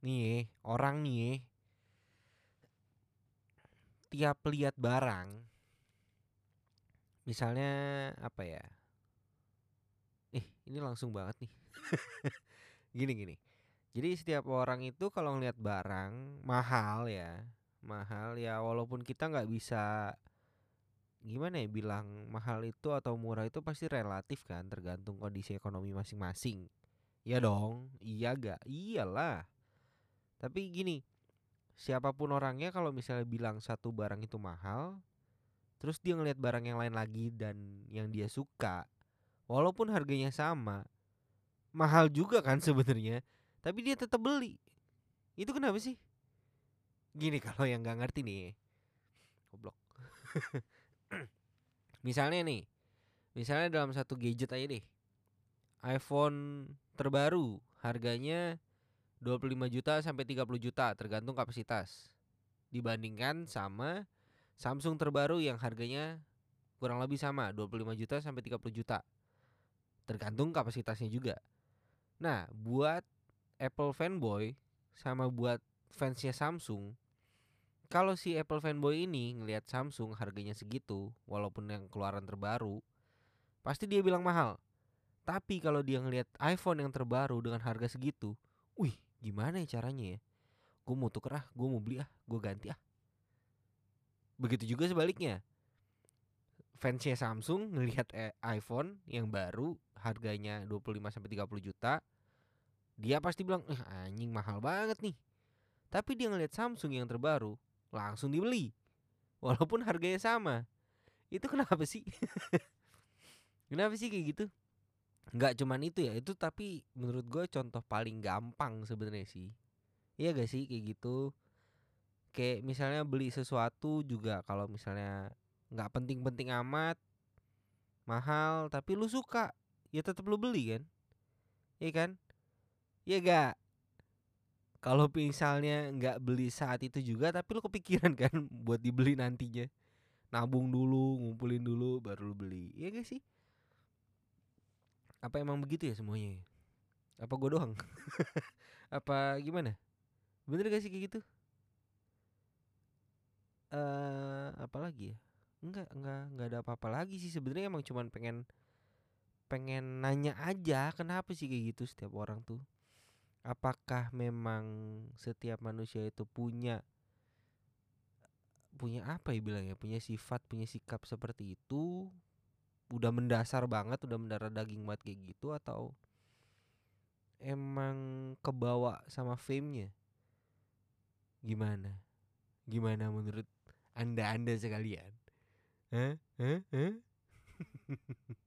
nih orang nih tiap lihat barang, misalnya apa ya? Ini langsung banget nih. Gini. Jadi setiap orang itu kalau ngeliat barang mahal ya walaupun kita nggak bisa gimana ya bilang mahal itu atau murah itu pasti relatif kan tergantung kondisi ekonomi masing-masing. Ya dong, iya gak? Iyalah. Tapi gini, siapapun orangnya kalau misalnya bilang satu barang itu mahal, terus dia ngeliat barang yang lain lagi dan yang dia suka, walaupun harganya sama, mahal juga kan sebenarnya, tapi dia tetap beli. Itu kenapa sih? Gini kalau yang nggak ngerti nih, goblok. Misalnya dalam satu gadget aja deh, iPhone terbaru harganya 25 juta sampai 30 juta tergantung kapasitas. Dibandingkan sama Samsung terbaru yang harganya kurang lebih sama 25 juta sampai 30 juta tergantung kapasitasnya juga. Nah, buat Apple fanboy sama buat fansnya Samsung, kalau si Apple fanboy ini ngelihat Samsung harganya segitu walaupun yang keluaran terbaru, pasti dia bilang mahal. Tapi kalau dia ngelihat iPhone yang terbaru dengan harga segitu, wih, gimana ya caranya ya? Gue mau tuker ah, gue mau beli ah, gue ganti ah. Begitu juga sebaliknya. Fansnya Samsung ngelihat iPhone yang baru harganya 25 sampai 30 juta, dia pasti bilang, anjing mahal banget nih." Tapi dia ngelihat Samsung yang terbaru, langsung dibeli walaupun harganya sama. Itu kenapa sih? Kenapa sih kayak gitu? Nggak cuman itu ya, itu tapi menurut gue contoh paling gampang sebenarnya sih. Iya gak sih kayak gitu? Kayak misalnya beli sesuatu juga kalau misalnya nggak penting-penting amat, mahal tapi lu suka, ya tetap lu beli kan? Iya kan? Iya gak? Kalau misalnya nggak beli saat itu juga tapi lu kepikiran kan buat dibeli nantinya. Nabung dulu, ngumpulin dulu baru lu beli. Iya gak sih? Apa emang begitu ya semuanya ya? Apa gue doang? Apa gimana? Bener gak sih kayak gitu? Apa lagi ya? Enggak ada apa-apa lagi sih sebenarnya emang cuman pengen pengen nanya aja kenapa sih kayak gitu setiap orang tuh. Apakah memang setiap manusia itu punya punya apa ya bilangnya? Punya sifat, punya sikap seperti itu? Udah mendasar banget, udah mendarah daging banget kayak gitu atau emang kebawa sama fame-nya? Gimana? Gimana menurut Anda sekalian? Hah? Hah? Hah?